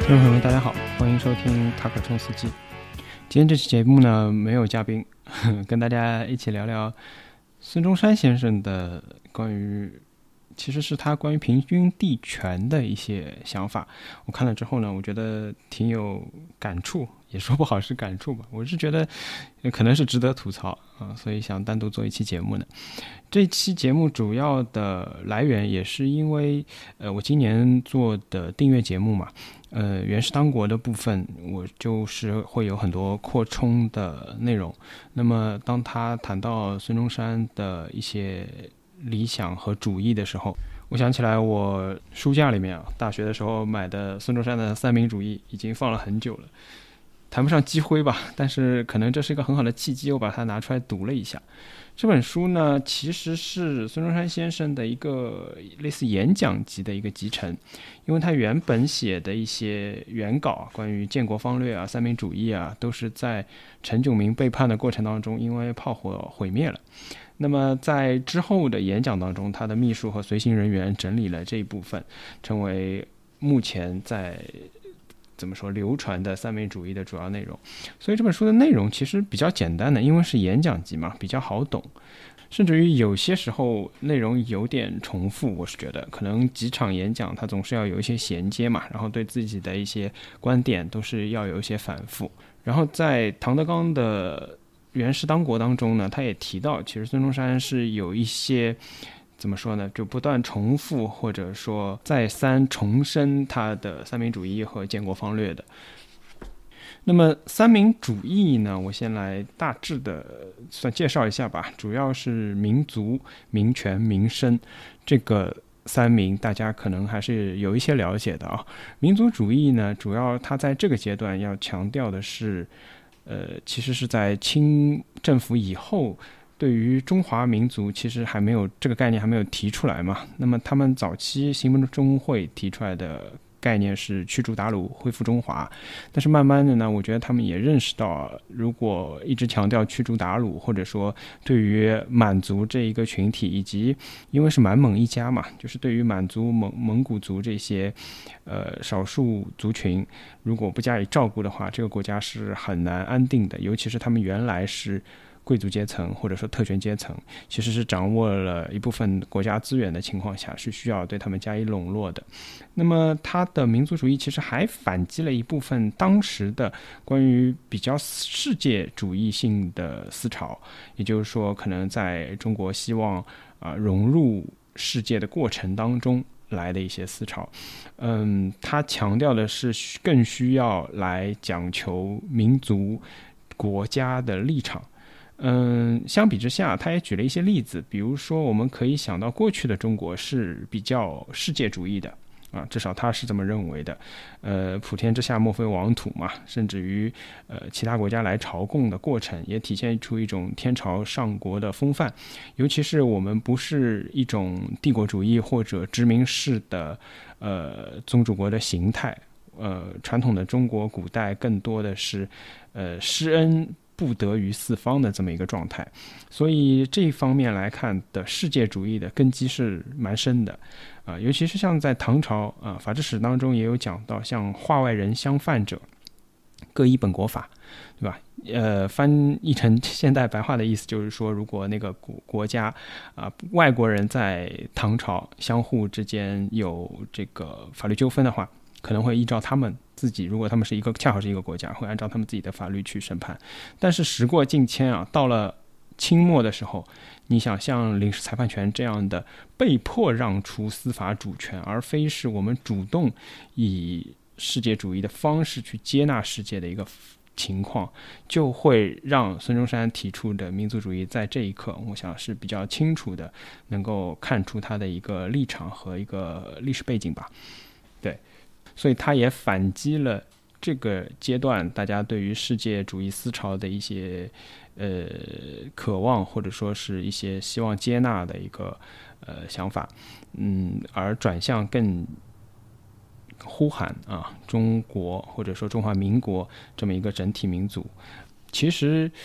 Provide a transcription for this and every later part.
听众朋友们，大家好，欢迎收听塔可冲司机。今天这期节目呢，没有嘉宾，跟大家一起聊聊孙中山先生的其实是他关于平均地权的一些想法。我看了之后呢，我觉得挺有感触，也说不好是感触吧，我是觉得可能是值得吐槽啊，所以想单独做一期节目呢。这期节目主要的来源也是因为我今年做的订阅节目嘛，原始当国的部分我就是会有很多扩充的内容。那么当他谈到孙中山的一些理想和主义的时候，我想起来我书架里面大学的时候买的孙中山的三民主义已经放了很久了，谈不上积灰吧，但是可能这是一个很好的契机，我把它拿出来读了一下。这本书呢，其实是孙中山先生的一个类似演讲集的一个集成，因为他原本写的一些原稿，关于建国方略啊、三民主义啊，都是在陈炯明背叛的过程当中，因为炮火毁灭了。那么在之后的演讲当中，他的秘书和随行人员整理了这一部分，成为目前在流传的三民主义的主要内容。所以这本书的内容其实比较简单的，因为是演讲集嘛，比较好懂，甚至于有些时候内容有点重复。我是觉得可能几场演讲它总是要有一些衔接嘛，然后对自己的一些观点都是要有一些反复。然后在唐德刚的原始当国当中呢，他也提到其实孙中山是有一些怎么说呢，就不断重复或者说再三重申他的三民主义和建国方略的。那么三民主义呢，我先来大致的算介绍一下吧，主要是民族、民权、民生这个三民，大家可能还是有一些了解的啊。民族主义呢，主要它在这个阶段要强调的是其实是在清政府以后，对于中华民族其实还没有这个概念还没有提出来嘛。那么他们早期兴中会提出来的概念是驱逐鞑虏，恢复中华。但是慢慢的呢，我觉得他们也认识到，如果一直强调驱逐鞑虏，或者说对于满族这一个群体，以及因为是满蒙一家嘛，就是对于满族、蒙古族这些少数族群，如果不加以照顾的话，这个国家是很难安定的。尤其是他们原来是贵族阶层或者说特权阶层，其实是掌握了一部分国家资源的情况下，是需要对他们加以笼络的。那么他的民族主义其实还反击了一部分当时的关于比较世界主义性的思潮，也就是说可能在中国希望融入世界的过程当中来的一些思潮。他强调的是更需要来讲求民族国家的立场。相比之下，他也举了一些例子，比如说我们可以想到过去的中国是比较世界主义的至少他是这么认为的。普天之下莫非王土嘛，甚至于其他国家来朝贡的过程，也体现出一种天朝上国的风范。尤其是我们不是一种帝国主义或者殖民式的宗主国的形态。传统的中国古代更多的是施恩不得于四方的这么一个状态，所以这一方面来看的世界主义的根基是蛮深的。尤其是像在唐朝法制史当中也有讲到，像化外人相犯者，各依本国法，对吧？翻译成现代白话的意思就是说，如果那个国家外国人在唐朝相互之间有这个法律纠纷的话，可能会依照他们自己，如果他们是恰好是一个国家，会按照他们自己的法律去审判。但是时过境迁到了清末的时候，你想像临时裁判权这样的被迫让出司法主权，而非是我们主动以世界主义的方式去接纳世界的一个情况，就会让孙中山提出的民族主义在这一刻，我想是比较清楚的能够看出他的一个立场和一个历史背景吧。对，所以他也反击了这个阶段大家对于世界主义思潮的一些渴望，或者说是一些希望接纳的一个想法。而转向更呼喊中国或者说中华民国这么一个整体民族。其实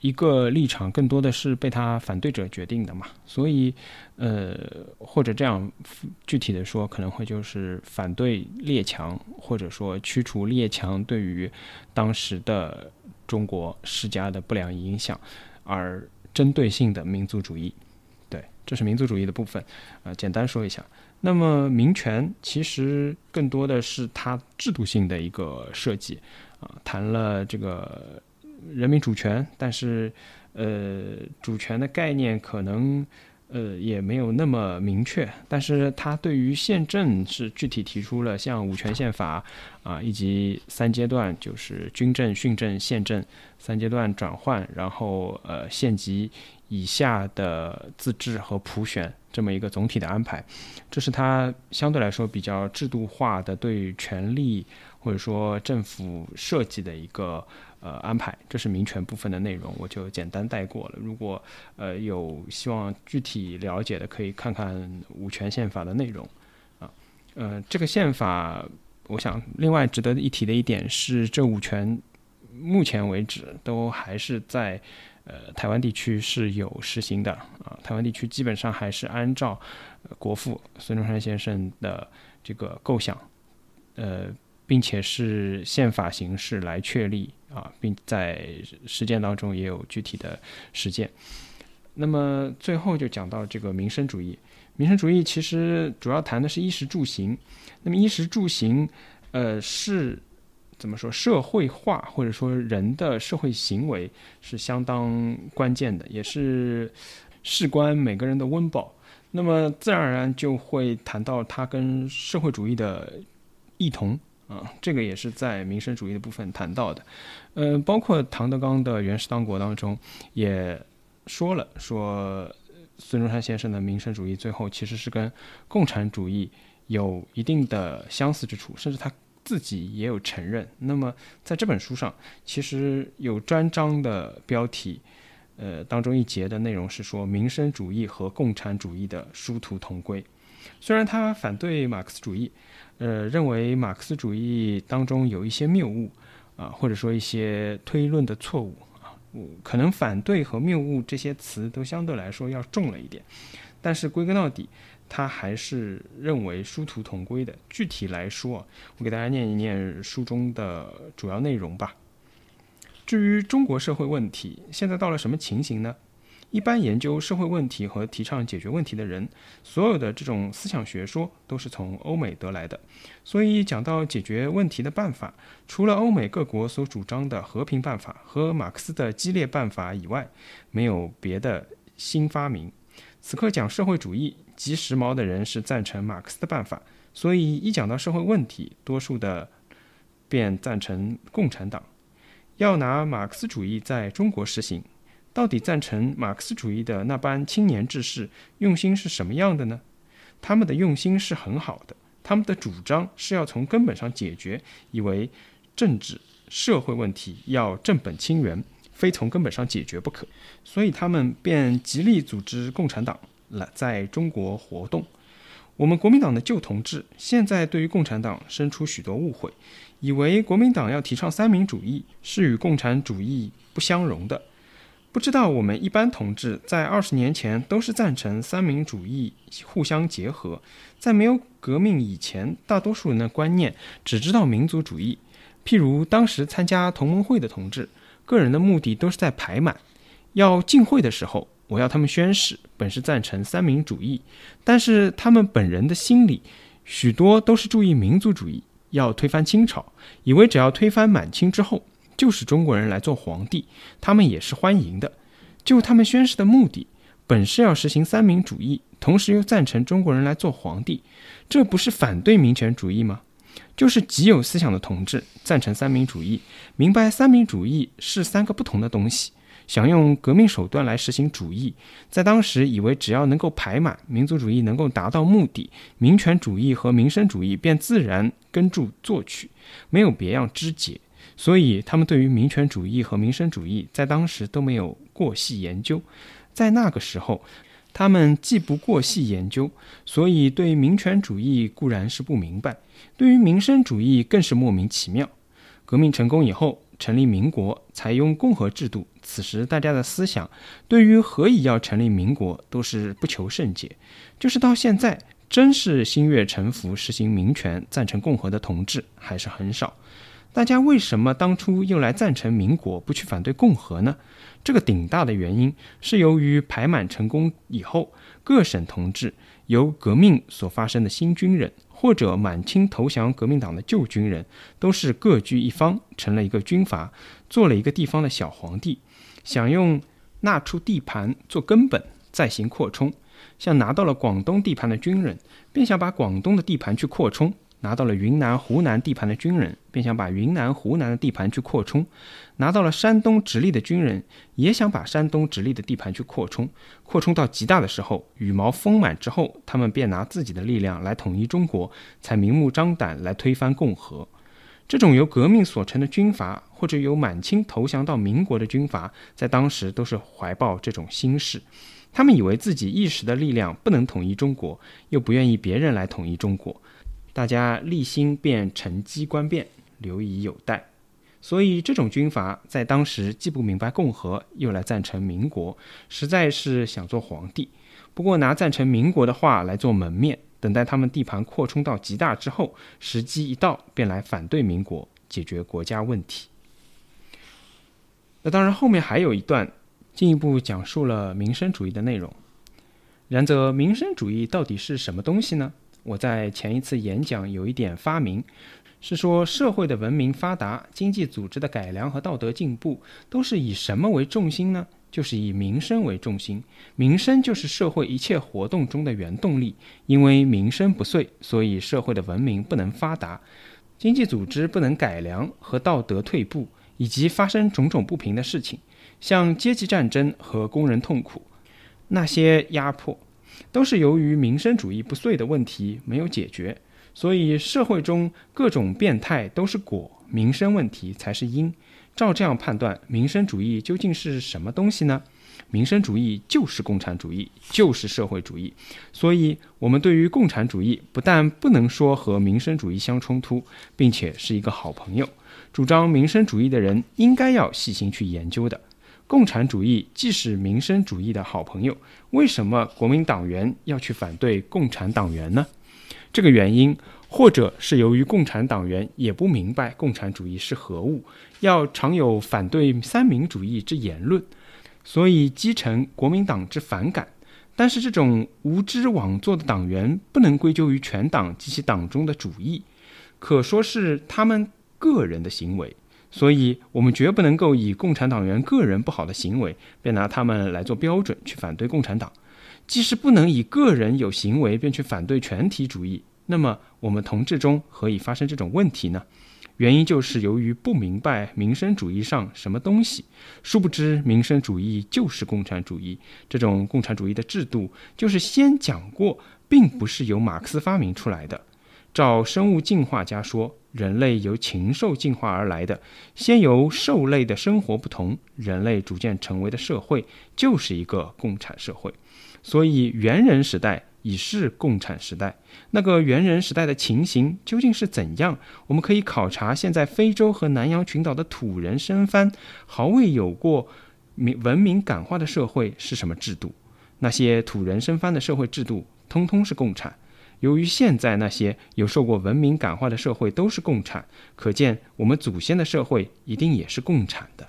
一个立场更多的是被他反对者决定的嘛，所以或者这样具体的说，可能会就是反对列强，或者说驱除列强对于当时的中国施加的不良影响，而针对性的民族主义。对，这是民族主义的部分，简单说一下。那么民权其实更多的是它制度性的一个设计谈了这个人民主权，但是主权的概念可能也没有那么明确，但是它对于宪政是具体提出了像五权宪法以及3阶段，就是军政、训政、宪政3阶段转换，然后县级以下的自治和普选这么一个总体的安排，这是它相对来说比较制度化的对权力或者说政府设计的一个安排。这是民权部分的内容，我就简单带过了。如果有希望具体了解的，可以看看五权宪法的内容这个宪法我想另外值得一提的一点是，这五权目前为止都还是在台湾地区是有实行的台湾地区基本上还是按照国父孙中山先生的这个构想并且是宪法形式来确立并在实践当中也有具体的实践。那么最后就讲到这个民生主义。民生主义其实主要谈的是衣食住行。那么衣食住行是怎么说，社会化或者说人的社会行为是相当关键的，也是事关每个人的温饱。那么自然而然就会谈到它跟社会主义的异同这个也是在民生主义的部分谈到的。包括唐德刚的《原始当国》当中也说了，说孙中山先生的民生主义最后其实是跟共产主义有一定的相似之处，甚至他自己也有承认。那么在这本书上其实有专章的标题当中一节的内容是说民生主义和共产主义的殊途同归。虽然他反对马克思主义认为马克思主义当中有一些谬误或者说一些推论的错误可能反对和谬误这些词都相对来说要重了一点，但是归根到底他还是认为殊途同归的。具体来说我给大家念一念书中的主要内容吧。至于中国社会问题现在到了什么情形呢？一般研究社会问题和提倡解决问题的人，所有的这种思想学说都是从欧美得来的，所以讲到解决问题的办法，除了欧美各国所主张的和平办法和马克思的激烈办法以外，没有别的新发明。此刻讲社会主义，极时髦的人是赞成马克思的办法，所以一讲到社会问题，多数的便赞成共产党。要拿马克思主义在中国实行，到底赞成马克思主义的那班青年志士用心是什么样的呢？他们的用心是很好的，他们的主张是要从根本上解决，以为政治社会问题要正本清源，非从根本上解决不可，所以他们便极力组织共产党在中国活动。我们国民党的旧同志现在对于共产党生出许多误会，以为国民党要提倡三民主义是与共产主义不相容的。不知道我们一般同志在20年前都是赞成三民主义互相结合，在没有革命以前，大多数人的观念只知道民族主义。譬如当时参加同盟会的同志，个人的目的都是在排满。要进会的时候，我要他们宣誓，本是赞成三民主义，但是他们本人的心里许多都是注意民族主义，要推翻清朝，以为只要推翻满清之后就是中国人来做皇帝，他们也是欢迎的。就他们宣誓的目的本是要实行三民主义，同时又赞成中国人来做皇帝，这不是反对民权主义吗？就是极有思想的同志赞成三民主义，明白三民主义是3个不同的东西，想用革命手段来实行主义，在当时以为只要能够排满，民族主义能够达到目的，民权主义和民生主义便自然跟著作曲，没有别样枝节。所以他们对于民权主义和民生主义在当时都没有过细研究。在那个时候他们既不过细研究，所以对民权主义固然是不明白，对于民生主义更是莫名其妙。革命成功以后， 成立民国，采用共和制度，此时大家的思想对于何以要成立民国都是不求甚解。就是到现在，真是心悦诚服实行民权赞成共和的同志还是很少。大家为什么当初又来赞成民国，不去反对共和呢？这个顶大的原因是由于排满成功以后，各省同志由革命所发生的新军人，或者满清投降革命党的旧军人，都是各据一方，成了一个军阀，做了一个地方的小皇帝，想用纳出地盘做根本，再行扩充。像拿到了广东地盘的军人，便想把广东的地盘去扩充；拿到了云南、湖南地盘的军人，便想把云南、湖南的地盘去扩充；拿到了山东直隶的军人，也想把山东直隶的地盘去扩充。扩充到极大的时候，羽毛丰满之后，他们便拿自己的力量来统一中国，才明目张胆来推翻共和。这种由革命所成的军阀，或者由满清投降到民国的军阀，在当时都是怀抱这种心事。他们以为自己一时的力量不能统一中国，又不愿意别人来统一中国，大家立心便乘机观变，留以有待。所以这种军阀在当时既不明白共和，又来赞成民国，实在是想做皇帝。不过拿赞成民国的话来做门面，等待他们地盘扩充到极大之后，时机一到，便来反对民国，解决国家问题。那当然后面还有一段进一步讲述了民生主义的内容。然则民生主义到底是什么东西呢？我在前一次演讲有一点发明，是说社会的文明发达，经济组织的改良和道德进步，都是以什么为重心呢？就是以民生为重心。民生就是社会一切活动中的原动力，因为民生不遂，所以社会的文明不能发达，经济组织不能改良和道德退步，以及发生种种不平的事情，像阶级战争和工人痛苦，那些压迫都是由于民生主义不遂的问题没有解决，所以社会中各种变态都是果，民生问题才是因。照这样判断，民生主义究竟是什么东西呢？民生主义就是共产主义，就是社会主义。所以我们对于共产主义不但不能说和民生主义相冲突，并且是一个好朋友。主张民生主义的人应该要细心去研究的。共产主义既是民生主义的好朋友，为什么国民党员要去反对共产党员呢？这个原因，或者是由于共产党员也不明白共产主义是何物，要常有反对三民主义之言论，所以积成国民党之反感。但是这种无知枉作的党员不能归咎于全党及其党中的主义，可说是他们个人的行为。所以我们绝不能够以共产党员个人不好的行为，便拿他们来做标准去反对共产党。既是不能以个人有行为便去反对全体主义，那么我们同志中何以发生这种问题呢？原因就是由于不明白民生主义上什么东西，殊不知民生主义就是共产主义。这种共产主义的制度就是先讲过，并不是由马克思发明出来的。照生物进化家说，人类由禽兽进化而来的，先由兽类的生活不同，人类逐渐成为的社会就是一个共产社会。所以猿人时代已是共产时代。那个猿人时代的情形究竟是怎样？我们可以考察现在非洲和南洋群岛的土人生番毫未有过文明感化的社会是什么制度。那些土人生番的社会制度通通是共产。由于现在那些有受过文明感化的社会都是共产，可见我们祖先的社会一定也是共产的。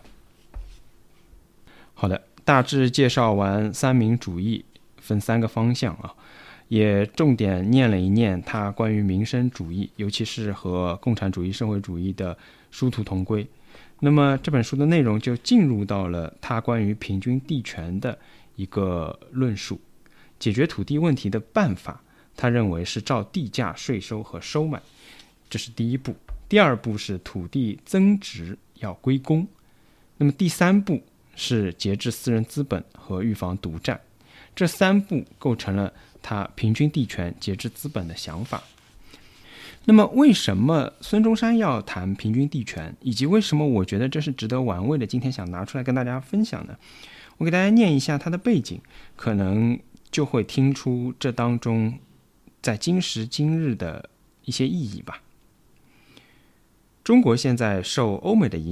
好的，大致介绍完三民主义分三个方向啊，也重点念了一念它关于民生主义，尤其是和共产主义、社会主义的殊途同归。那么这本书的内容就进入到了它关于平均地权的一个论述，解决土地问题的办法。他认为是照地价、税收和收买，这是第一步。第二步是土地增值要归公。那么第三步是节制私人资本和预防独占。这三步构成了他平均地权、节制资本的想法。那么为什么孙中山要谈平均地权，以及为什么我觉得这是值得玩味的，今天想拿出来跟大家分享呢？我给大家念一下他的背景，可能就会听出这当中在今时今日的一些意义吧。中国现在受欧美的影响，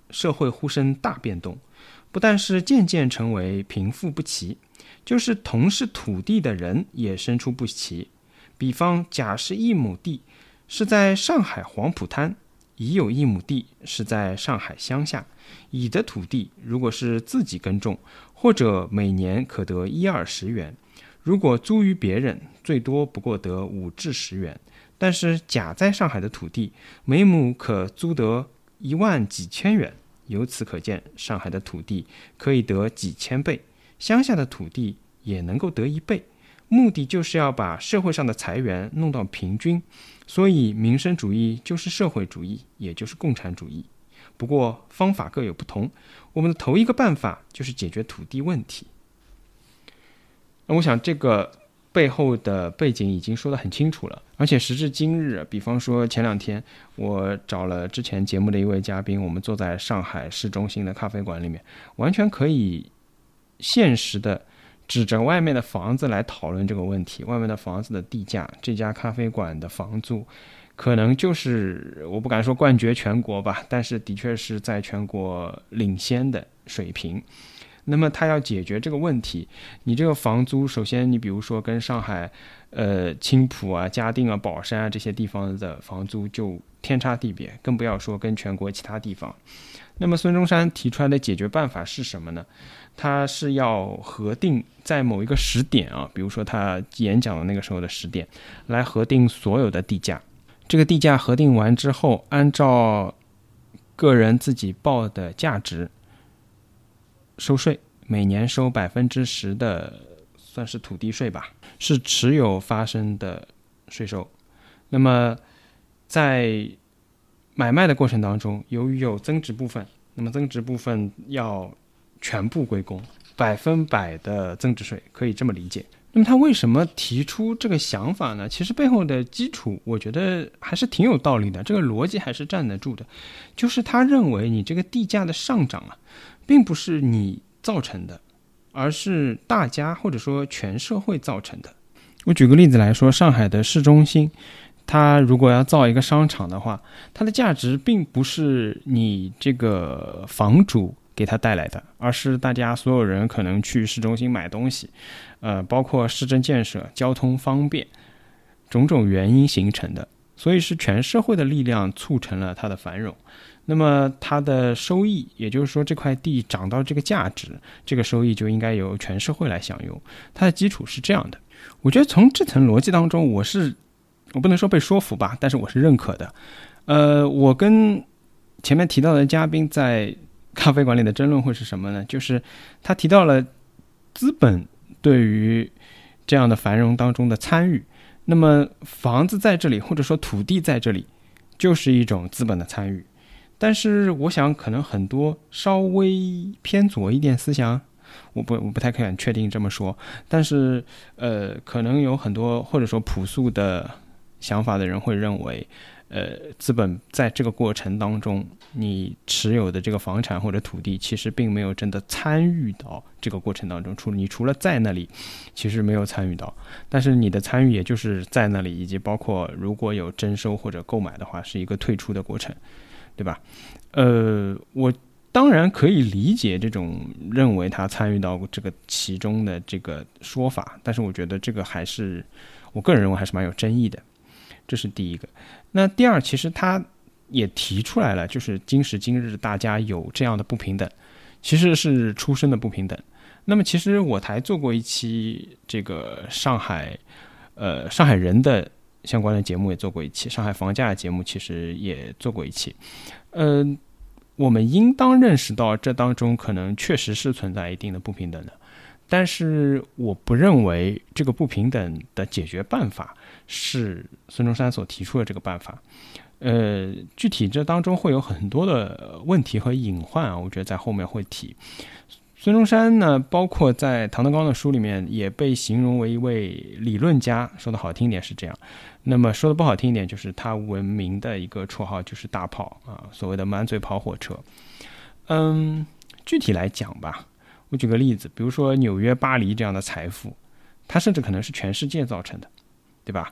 社会忽生大变动，不但是渐渐成为贫富不齐，就是同是土地的人也生出不齐。比方甲是1亩地，是在上海黄浦滩，乙有1亩地是在上海乡下。乙的土地如果是自己耕种，或者每年可得1-20元，如果租于别人，最多不过得5至10元。但是甲在上海的土地每亩可租得1万几千元，由此可见上海的土地可以得几千倍，乡下的土地也能够得1倍。目的就是要把社会上的财源弄到平均，所以民生主义就是社会主义，也就是共产主义。不过方法各有不同，我们的头一个办法就是解决土地问题。那我想这个背后的背景已经说得很清楚了，而且时至今日，比方说前2天我找了之前节目的一位嘉宾，我们坐在上海市中心的咖啡馆里面，完全可以现实的指着外面的房子来讨论这个问题。外面的房子的地价，这家咖啡馆的房租可能就是我不敢说冠绝全国吧，但是的确是在全国领先的水平。那么他要解决这个问题，你这个房租，首先你比如说跟上海青浦啊、嘉定啊、宝山啊这些地方的房租就天差地别，更不要说跟全国其他地方。那么孙中山提出来的解决办法是什么呢？他是要核定在某一个时点啊，比如说他演讲的那个时候的时点，来核定所有的地价。这个地价核定完之后，按照个人自己报的价值收税，每年收10%的，算是土地税吧，是持有发生的税收。那么在买卖的过程当中，由于有增值部分，那么增值部分要全部归公，100%的增值税，可以这么理解。那么他为什么提出这个想法呢？其实背后的基础我觉得还是挺有道理的，这个逻辑还是站得住的。就是他认为你这个地价的上涨啊，并不是你造成的，而是大家或者说全社会造成的。我举个例子来说，上海的市中心，它如果要造一个商场的话，它的价值并不是你这个房主给它带来的，而是大家所有人可能去市中心买东西，包括市政建设、交通方便，种种原因形成的，所以是全社会的力量促成了它的繁荣。那么它的收益，也就是说这块地涨到这个价值，这个收益就应该由全社会来享用，它的基础是这样的。我觉得从这层逻辑当中，我不能说被说服吧，但是我是认可的。我跟前面提到的嘉宾在咖啡馆里的争论会是什么呢？就是他提到了资本对于这样的繁荣当中的参与。那么房子在这里，或者说土地在这里，就是一种资本的参与。但是我想可能很多稍微偏左一点思想，我不太敢确定这么说，但是可能有很多或者说朴素的想法的人会认为，资本在这个过程当中，你持有的这个房产或者土地其实并没有真的参与到这个过程当中，你除了在那里其实没有参与到，但是你的参与也就是在那里，以及包括如果有征收或者购买的话，是一个退出的过程，对吧？我当然可以理解这种认为他参与到这个其中的这个说法，但是我觉得这个还是我个人认为还是蛮有争议的，这是第一个。那第二，其实他也提出来了，就是今时今日大家有这样的不平等，其实是出生的不平等。那么其实我台做过一期这个上海人的相关的节目，也做过一期上海房价的节目，其实也做过一期。我们应当认识到这当中可能确实是存在一定的不平等的，但是我不认为这个不平等的解决办法是孙中山所提出的这个办法。具体这当中会有很多的问题和隐患啊，我觉得在后面会提。孙中山呢，包括在唐德刚的书里面也被形容为一位理论家，说的好听一点是这样，那么说的不好听一点，就是他闻名的一个绰号就是大炮啊，所谓的满嘴跑火车。具体来讲吧，我举个例子，比如说纽约、巴黎这样的财富，它甚至可能是全世界造成的，对吧？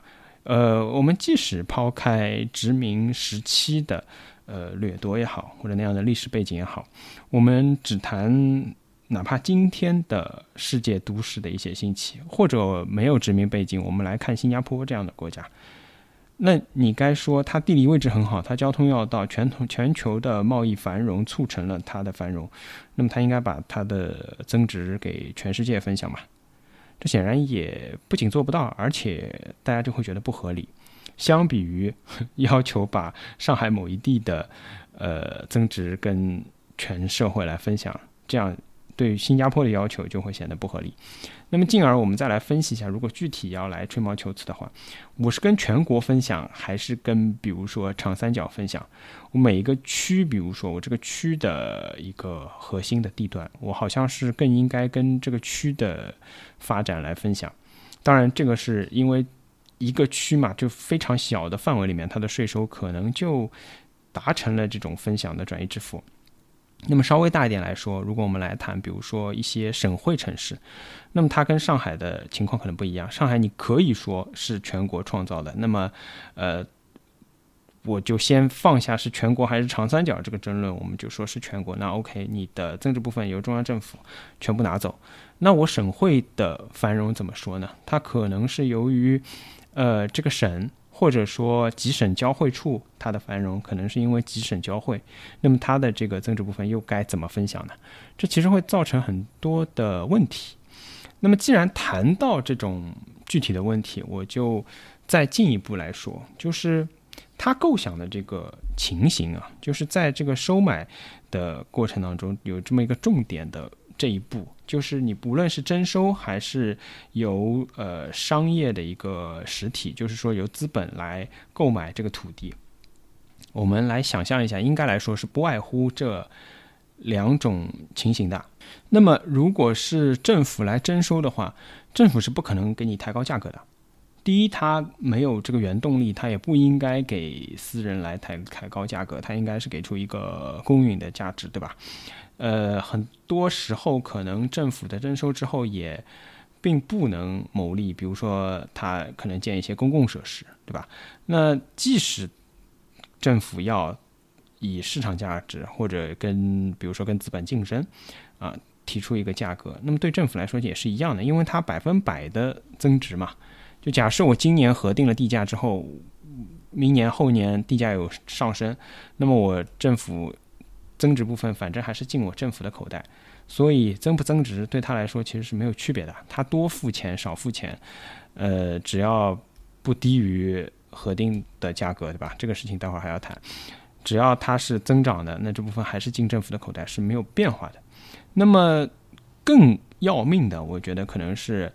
我们即使抛开殖民时期的掠夺也好，或者那样的历史背景也好，我们只谈哪怕今天的世界都市的一些兴起，或者没有殖民背景，我们来看新加坡这样的国家，那你该说它地理位置很好，它交通要道，全球的贸易繁荣促成了它的繁荣，那么它应该把它的增值给全世界分享嘛？这显然也不仅做不到，而且大家就会觉得不合理。相比于要求把上海某一地的增值跟全社会来分享，这样对于新加坡的要求就会显得不合理。那么进而我们再来分析一下，如果具体要来吹毛求疵的话，我是跟全国分享，还是跟比如说长三角分享？我每一个区，比如说我这个区的一个核心的地段，我好像是更应该跟这个区的发展来分享。当然这个是因为一个区嘛，就非常小的范围里面，它的税收可能就达成了这种分享的转移支付。那么稍微大一点来说，如果我们来谈比如说一些省会城市，那么它跟上海的情况可能不一样。上海你可以说是全国创造的，那么我就先放下是全国还是长三角这个争论，我们就说是全国。那 OK， 你的增值部分由中央政府全部拿走，那我省会的繁荣怎么说呢？它可能是由于这个省或者说几省交汇处它的繁荣，可能是因为几省交汇，那么它的这个增值部分又该怎么分享呢？这其实会造成很多的问题。那么既然谈到这种具体的问题，我就再进一步来说，就是他构想的这个情形啊，就是在这个收买的过程当中有这么一个重点的这一步，就是你不论是征收还是由商业的一个实体，就是说由资本来购买这个土地，我们来想象一下，应该来说是不外乎这两种情形的。那么如果是政府来征收的话，政府是不可能给你抬高价格的。第一，它没有这个原动力，它也不应该给私人来抬高价格，它应该是给出一个公允的价值，对吧？很多时候可能政府的征收之后也并不能牟利，比如说它可能建一些公共设施，对吧？那即使政府要以市场价值或者比如说跟资本竞争啊，提出一个价格，那么对政府来说也是一样的，因为它100%的增值嘛。就假设我今年核定了地价之后，明年后年地价有上升，那么我政府增值部分反正还是进我政府的口袋，所以增不增值对他来说其实是没有区别的，他多付钱少付钱，只要不低于核定的价格，对吧？这个事情待会儿还要谈，只要它是增长的，那这部分还是进政府的口袋，是没有变化的。那么更要命的，我觉得可能是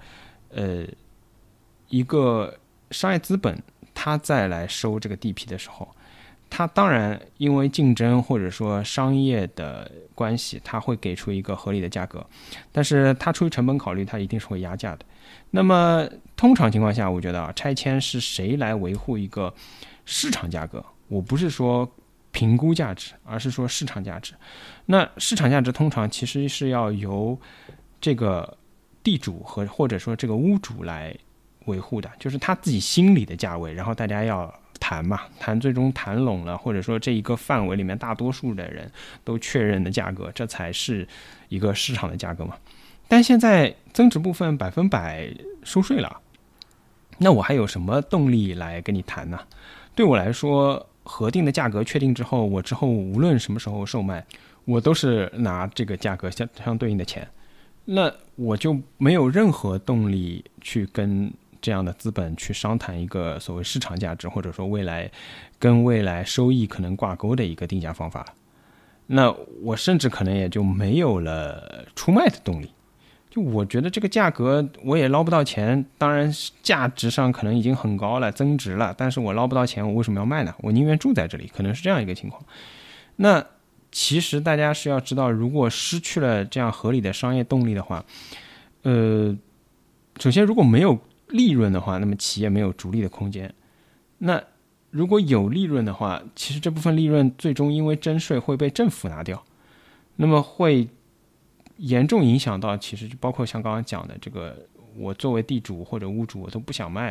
一个商业资本它再来收这个地皮的时候，它当然因为竞争或者说商业的关系，它会给出一个合理的价格，但是它出于成本考虑，它一定是会压价的。那么通常情况下，我觉得拆迁是谁来维护一个市场价格？我不是说评估价值，而是说市场价值。那市场价值通常其实是要由这个地主或者说这个屋主来维护的，就是他自己心里的价位，然后大家要谈嘛，最终谈拢了，或者说这一个范围里面大多数的人都确认的价格，这才是一个市场的价格嘛。但现在增值部分100%收税了，那我还有什么动力来跟你谈呢？对我来说，核定的价格确定之后，我之后无论什么时候售卖，我都是拿这个价格相对应的钱，那我就没有任何动力去跟这样的资本去商谈一个所谓市场价值，或者说未来收益可能挂钩的一个定价方法了。那我甚至可能也就没有了出卖的动力。就我觉得这个价格我也捞不到钱，当然价值上可能已经很高了，增值了，但是我捞不到钱，我为什么要卖呢？我宁愿住在这里，可能是这样一个情况。那其实大家是要知道，如果失去了这样合理的商业动力的话，首先如果没有利润的话，那么企业没有逐利的空间。那如果有利润的话，其实这部分利润最终因为征税会被政府拿掉，那么会严重影响到其实包括像刚刚讲的这个，我作为地主或者屋主我都不想卖了，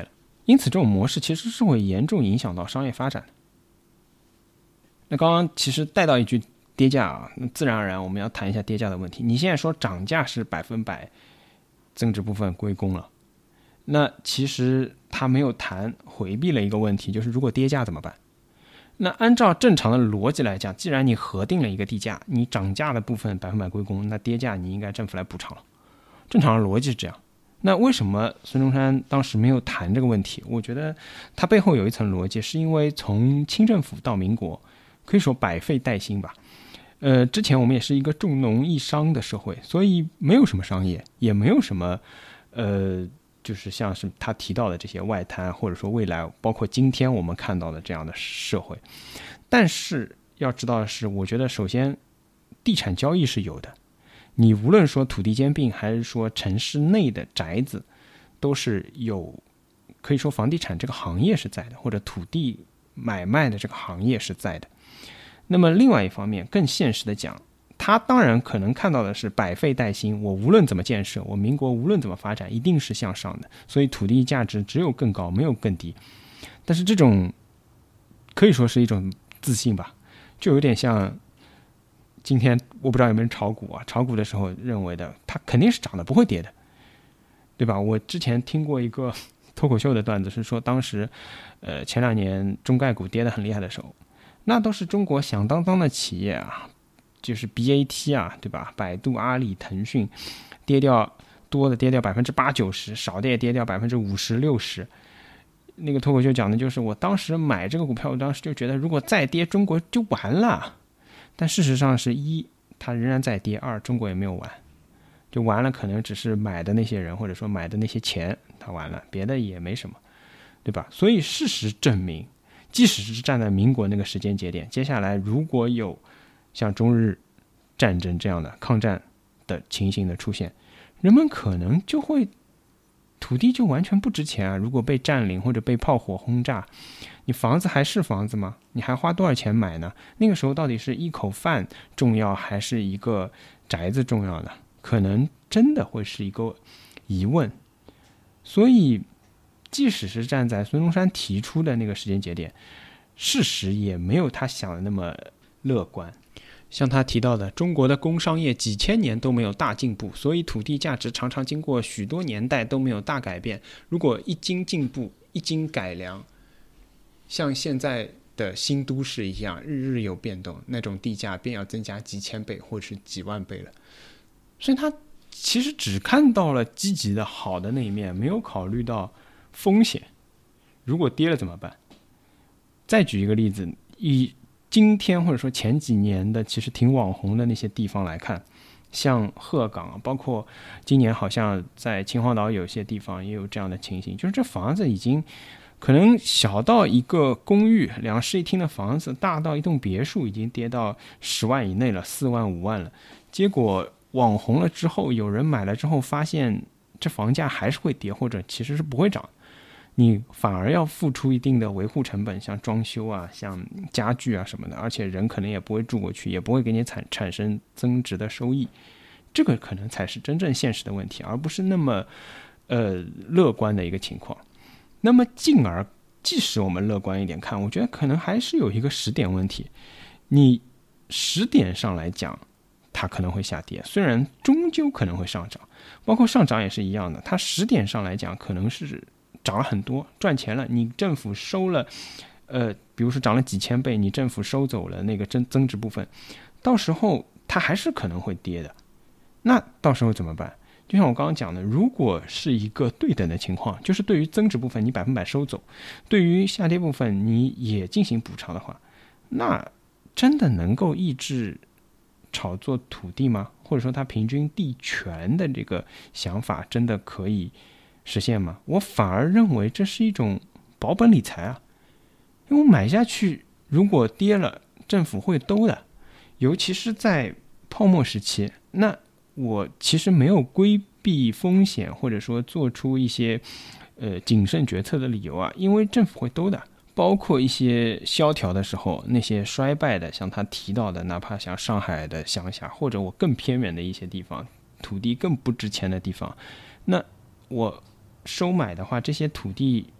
因此这种模式其实是会严重影响到商业发展的。那刚刚其实带到一句跌价啊，那自然而然我们要谈一下跌价的问题。你现在说涨价是100%增值部分归功了，那其实他没有谈，回避了一个问题，就是如果跌价怎么办？那按照正常的逻辑来讲，既然你核定了一个地价，你涨价的部分100%归功，那跌价你应该政府来补偿了。正常的逻辑是这样。那为什么孙中山当时没有谈这个问题？我觉得他背后有一层逻辑，是因为从清政府到民国，可以说百废待兴吧。之前我们也是一个重农抑商的社会，所以没有什么商业，也没有什么就是像是他提到的这些外滩，或者说未来包括今天我们看到的这样的社会。但是要知道的是，我觉得首先地产交易是有的，你无论说土地兼并还是说城市内的宅子，都是有，可以说房地产这个行业是在的，或者土地买卖的这个行业是在的。那么另外一方面更现实的讲，他当然可能看到的是百废待兴，我无论怎么建设，我民国无论怎么发展一定是向上的，所以土地价值只有更高没有更低。但是这种可以说是一种自信吧，就有点像今天我不知道有没有人炒股啊，炒股的时候认为的它肯定是涨的不会跌的，对吧？我之前听过一个脱口秀的段子，是说当时前2年中概股跌得很厉害的时候，那都是中国响当当的企业啊，就是 BAT 啊，对吧？百度、阿里、腾讯跌掉，多的跌掉80%-90%，少的也跌掉50%-60%。那个脱口秀讲的就是我当时买这个股票，我当时就觉得如果再跌中国就完了，但事实上是一，它仍然在跌；二，中国也没有完，就完了可能只是买的那些人或者说买的那些钱它完了，别的也没什么，对吧？所以事实证明，即使是站在民国那个时间节点，接下来如果有像中日战争这样的抗战的情形的出现，人们可能就会土地就完全不值钱啊！如果被占领或者被炮火轰炸，你房子还是房子吗？你还花多少钱买呢？那个时候到底是一口饭重要还是一个宅子重要呢？可能真的会是一个疑问。所以即使是站在孙中山提出的那个时间节点，事实也没有他想的那么乐观。像他提到的，中国的工商业几千年都没有大进步，所以土地价值常常经过许多年代都没有大改变。如果一经进步，一经改良，像现在的新都市一样，日日有变动，那种地价便要增加几千倍或是几万倍了。所以他其实只看到了积极的好的那一面，没有考虑到风险。如果跌了怎么办？再举一个例子，以今天或者说前几年的其实挺网红的那些地方来看，像鹤岗，包括今年好像在秦皇岛有些地方也有这样的情形，就是这房子已经可能小到一个公寓2室1厅的房子，大到一栋别墅已经跌到10万以内了，4万5万了。结果网红了之后，有人买了之后发现这房价还是会跌，或者其实是不会涨，你反而要付出一定的维护成本，像装修啊，像家具啊什么的，而且人可能也不会住过去，也不会给你产生增值的收益。这个可能才是真正现实的问题，而不是那么乐观的一个情况。那么进而即使我们乐观一点看，我觉得可能还是有一个时点问题。你时点上来讲它可能会下跌，虽然终究可能会上涨，包括上涨也是一样的，它时点上来讲可能是涨了很多，赚钱了，你政府收了比如说涨了几千倍，你政府收走了那个增值部分，到时候它还是可能会跌的。那到时候怎么办？就像我刚刚讲的，如果是一个对等的情况，就是对于增值部分你100%收走，对于下跌部分你也进行补偿的话，那真的能够抑制炒作土地吗？或者说它平均地权的这个想法真的可以实现吗？我反而认为这是一种保本理财啊，因为我买下去如果跌了政府会兜的，尤其是在泡沫时期，那我其实没有规避风险或者说做出一些谨慎决策的理由啊，因为政府会兜的。包括一些萧条的时候，那些衰败的，像他提到的，哪怕像上海的乡下，或者我更偏远的一些地方，土地更不值钱的地方，那我收买的话，这些土地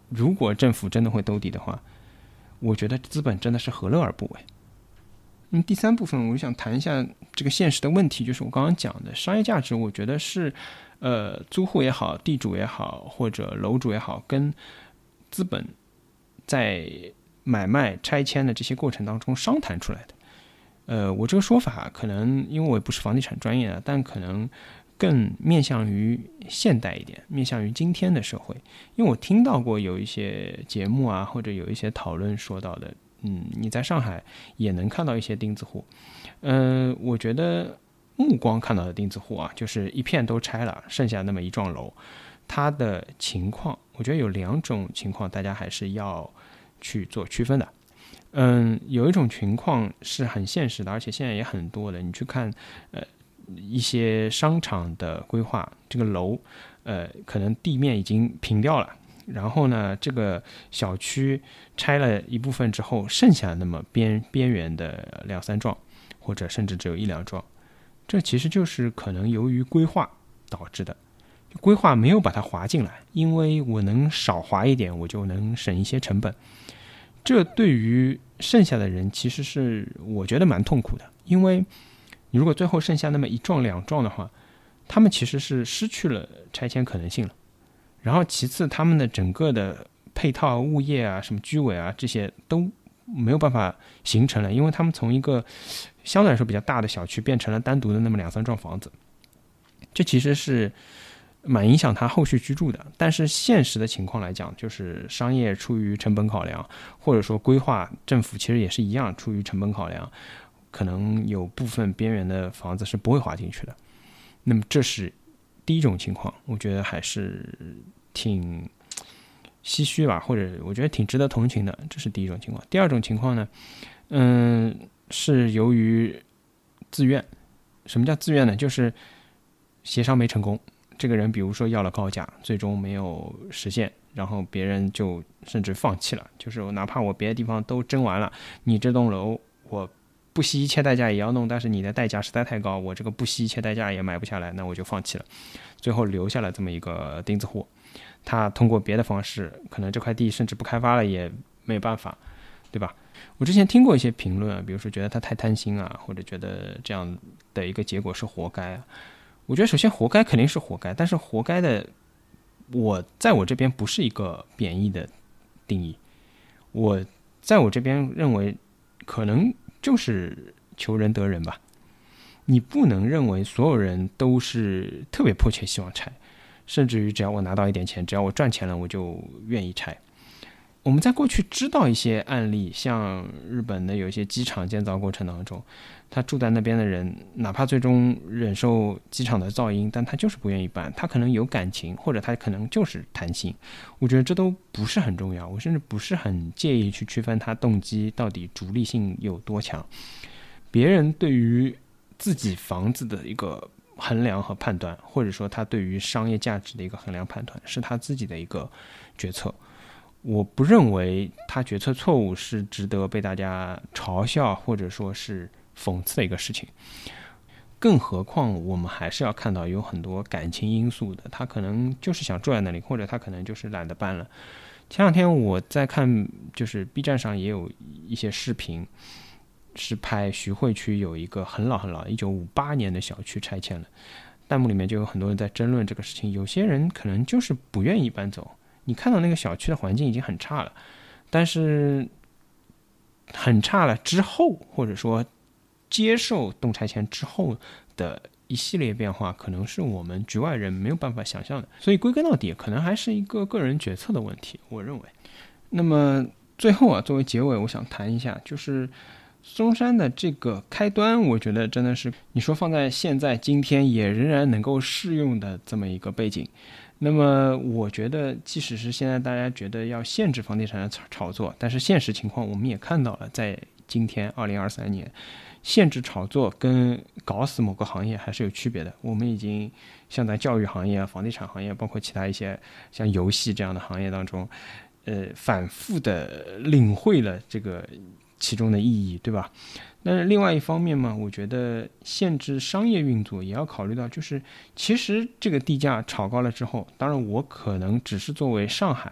如果政府真的会兜底的话，我觉得资本真的是何乐而不为。第三部分我就想谈一下这个现实的问题，就是我刚刚讲的商业价值，我觉得是租户也好，地主也好，或者楼主也好，跟资本在买卖拆迁的这些过程当中商谈出来的。我这个说法可能因为我也不是房地产专业的，但可能更面向于现代一点，面向于今天的社会。因为我听到过有一些节目啊，或者有一些讨论说到的，你在上海也能看到一些钉子户。我觉得目光看到的钉子户啊，就是一片都拆了，剩下那么一幢楼，它的情况，我觉得有2种情况，大家还是要去做区分的。有一种情况是很现实的，而且现在也很多的，你去看一些商场的规划，这个楼可能地面已经平掉了，然后呢这个小区拆了一部分之后，剩下那么边缘的2-3幢，或者甚至只有1-2幢，这其实就是可能由于规划导致的。规划没有把它划进来，因为我能少划一点，我就能省一些成本。这对于剩下的人其实是我觉得蛮痛苦的，因为你如果最后剩下那么1幢2幢的话，他们其实是失去了拆迁可能性了。然后其次，他们的整个的配套物业啊，什么居委啊，这些都没有办法形成了，因为他们从一个相对来说比较大的小区变成了单独的那么2-3幢房子，这其实是蛮影响他后续居住的。但是现实的情况来讲，就是商业出于成本考量，或者说规划，政府其实也是一样出于成本考量，可能有部分边缘的房子是不会划进去的。那么这是第一种情况，我觉得还是挺唏嘘吧，或者我觉得挺值得同情的，这是第一种情况。第二种情况呢，是由于自愿。什么叫自愿呢？就是协商没成功，这个人比如说要了高价，最终没有实现，然后别人就甚至放弃了，就是哪怕我别的地方都争完了，你这栋楼我不惜一切代价也要弄，但是你的代价实在太高，我这个不惜一切代价也买不下来，那我就放弃了。最后留下了这么一个钉子户，他通过别的方式，可能这块地甚至不开发了也没有办法，对吧？我之前听过一些评论，比如说觉得他太贪心啊，或者觉得这样的一个结果是活该啊。我觉得首先活该肯定是活该，但是活该的在我这边不是一个贬义的定义，在我这边认为可能就是求人得人吧。你不能认为所有人都是特别迫切希望拆，甚至于只要我拿到一点钱，只要我赚钱了我就愿意拆。我们在过去知道一些案例，像日本的有一些机场建造过程当中，他住在那边的人，哪怕最终忍受机场的噪音，但他就是不愿意搬，他可能有感情，或者他可能就是贪心。我觉得这都不是很重要，我甚至不是很介意去区分他动机到底逐利性有多强。别人对于自己房子的一个衡量和判断，或者说他对于商业价值的一个衡量判断，是他自己的一个决策。我不认为他决策错误是值得被大家嘲笑或者说是讽刺的一个事情。更何况我们还是要看到有很多感情因素的，他可能就是想住在那里，或者他可能就是懒得搬了。前2天我在看，就是 B 站上也有一些视频，是拍徐汇区有一个很老1958年的小区拆迁了，弹幕里面就有很多人在争论这个事情。有些人可能就是不愿意搬走，你看到那个小区的环境已经很差了，但是很差了之后，或者说接受动拆迁之后的一系列变化，可能是我们局外人没有办法想象的。所以归根到底，可能还是一个个人决策的问题，我认为。那么最后啊，作为结尾，我想谈一下，就是松山的这个开端，我觉得真的是你说放在现在今天也仍然能够适用的这么一个背景。那么我觉得即使是现在大家觉得要限制房地产的炒作，但是现实情况我们也看到了，在今天2023年，限制炒作跟搞死某个行业还是有区别的。我们已经像在教育行业、房地产行业，包括其他一些像游戏这样的行业当中，反复的领会了这个其中的意义，对吧？但是另外一方面嘛，我觉得限制商业运作也要考虑到，就是其实这个地价炒高了之后，当然我可能只是作为上海，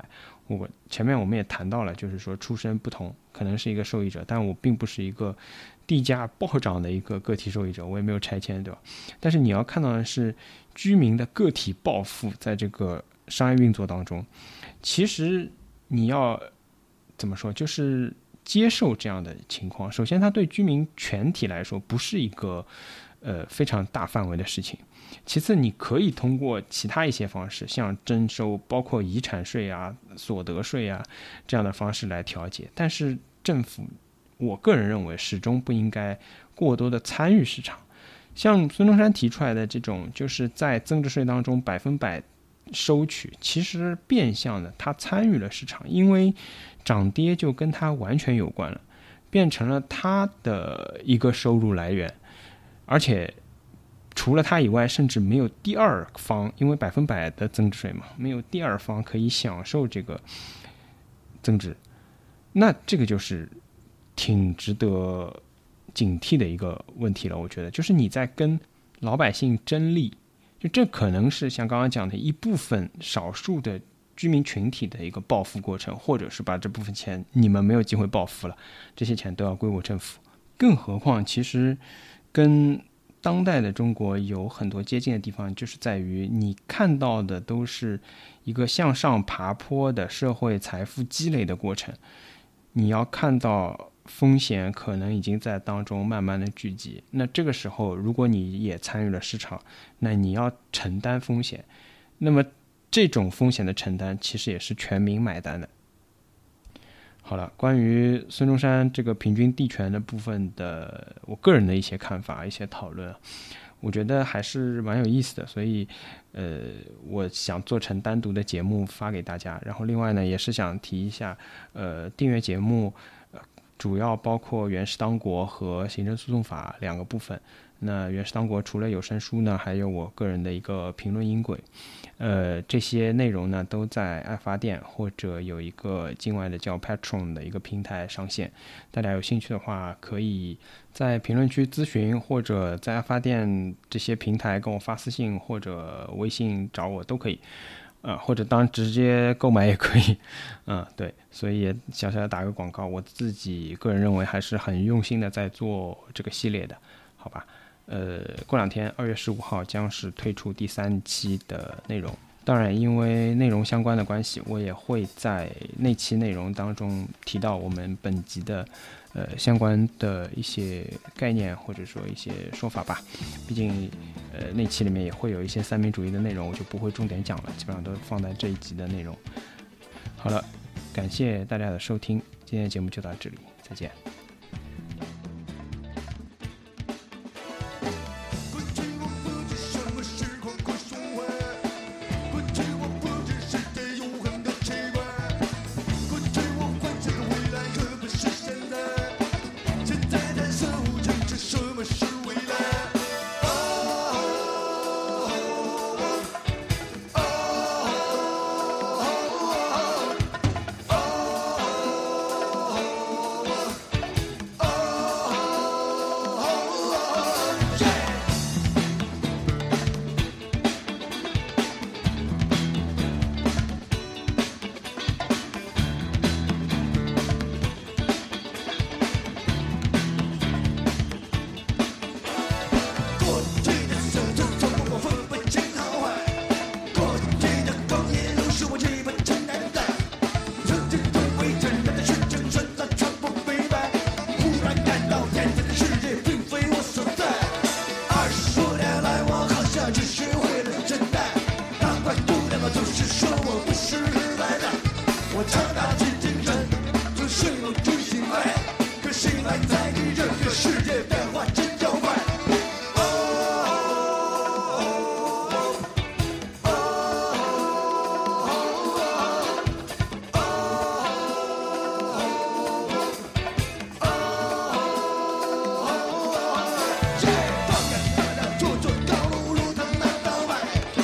前面我们也谈到了，就是说出身不同，可能是一个受益者，但我并不是一个地价暴涨的一个个体受益者，我也没有拆迁，对吧？但是你要看到的是居民的个体暴富，在这个商业运作当中，其实你要怎么说，就是接受这样的情况。首先，它对居民全体来说不是一个非常大范围的事情。其次，你可以通过其他一些方式，像征收包括遗产税啊、所得税啊这样的方式来调节。但是政府，我个人认为始终不应该过多的参与市场。像孙中山提出来的这种，就是在增值税当中100%收取，其实变相的他参与了市场，因为涨跌就跟他完全有关了，变成了他的一个收入来源，而且除了他以外，甚至没有第二方，因为100%的增值税嘛，没有第二方可以享受这个增值，那这个就是挺值得警惕的一个问题了。我觉得，就是你在跟老百姓争利，就这可能是像刚刚讲的一部分少数的居民群体的一个报复过程，或者是把这部分钱你们没有机会报复了，这些钱都要归我政府。更何况，其实跟当代的中国有很多接近的地方，就是在于你看到的都是一个向上爬坡的社会财富积累的过程，你要看到风险可能已经在当中慢慢的聚集。那这个时候，如果你也参与了市场，那你要承担风险，那么这种风险的承担其实也是全民买单的。好了，关于孙中山这个平均地权的部分的我个人的一些看法、一些讨论，我觉得还是蛮有意思的，所以我想做成单独的节目发给大家。然后另外呢，也是想提一下，订阅节目主要包括原始当国和行政诉讼法两个部分。那原始当国除了有声书呢，还有我个人的一个评论音轨，这些内容呢都在爱发电或者有一个境外的叫 Patreon 的一个平台上线。大家有兴趣的话，可以在评论区咨询，或者在爱发电这些平台跟我发私信或者微信找我都可以。或者当直接购买也可以，对，所以也小小的打个广告，我自己个人认为还是很用心的在做这个系列的，好吧？过两天2月15号将是推出第3期的内容，当然因为内容相关的关系，我也会在那期内容当中提到我们本集的相关的一些概念或者说一些说法吧。毕竟那期里面也会有一些三民主义的内容，我就不会重点讲了，基本上都放在这一集的内容。好了，感谢大家的收听，今天的节目就到这里，再见。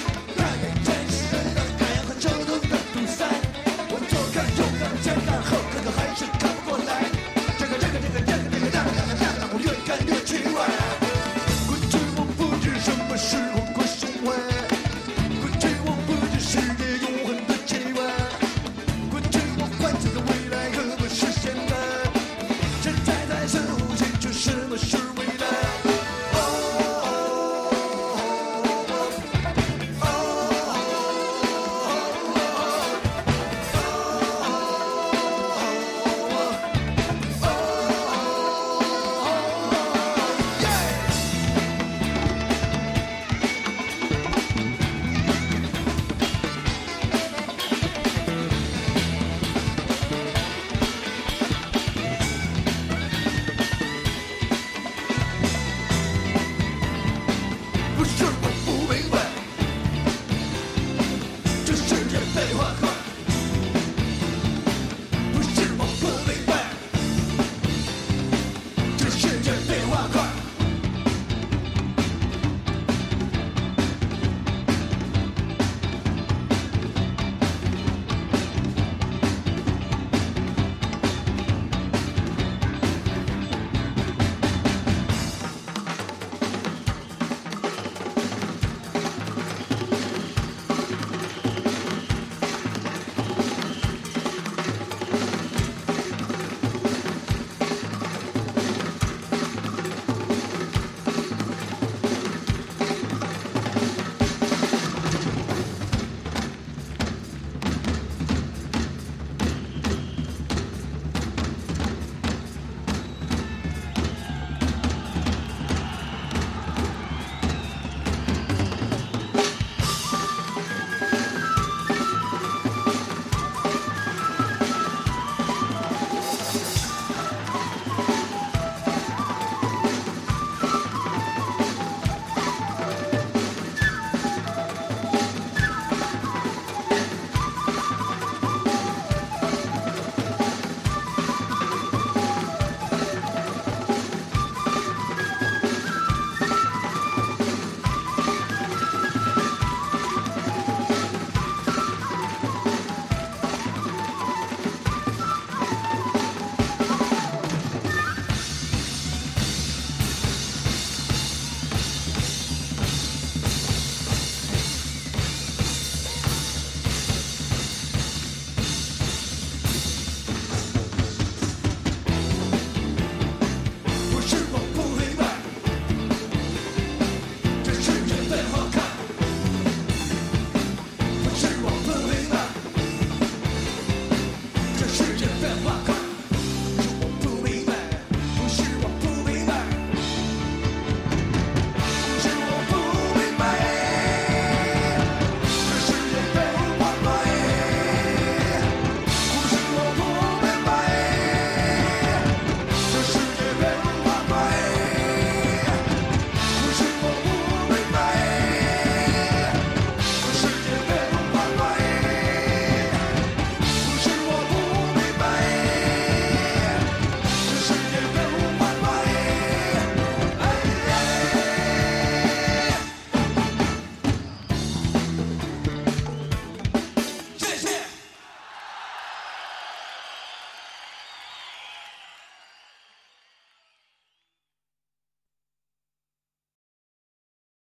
后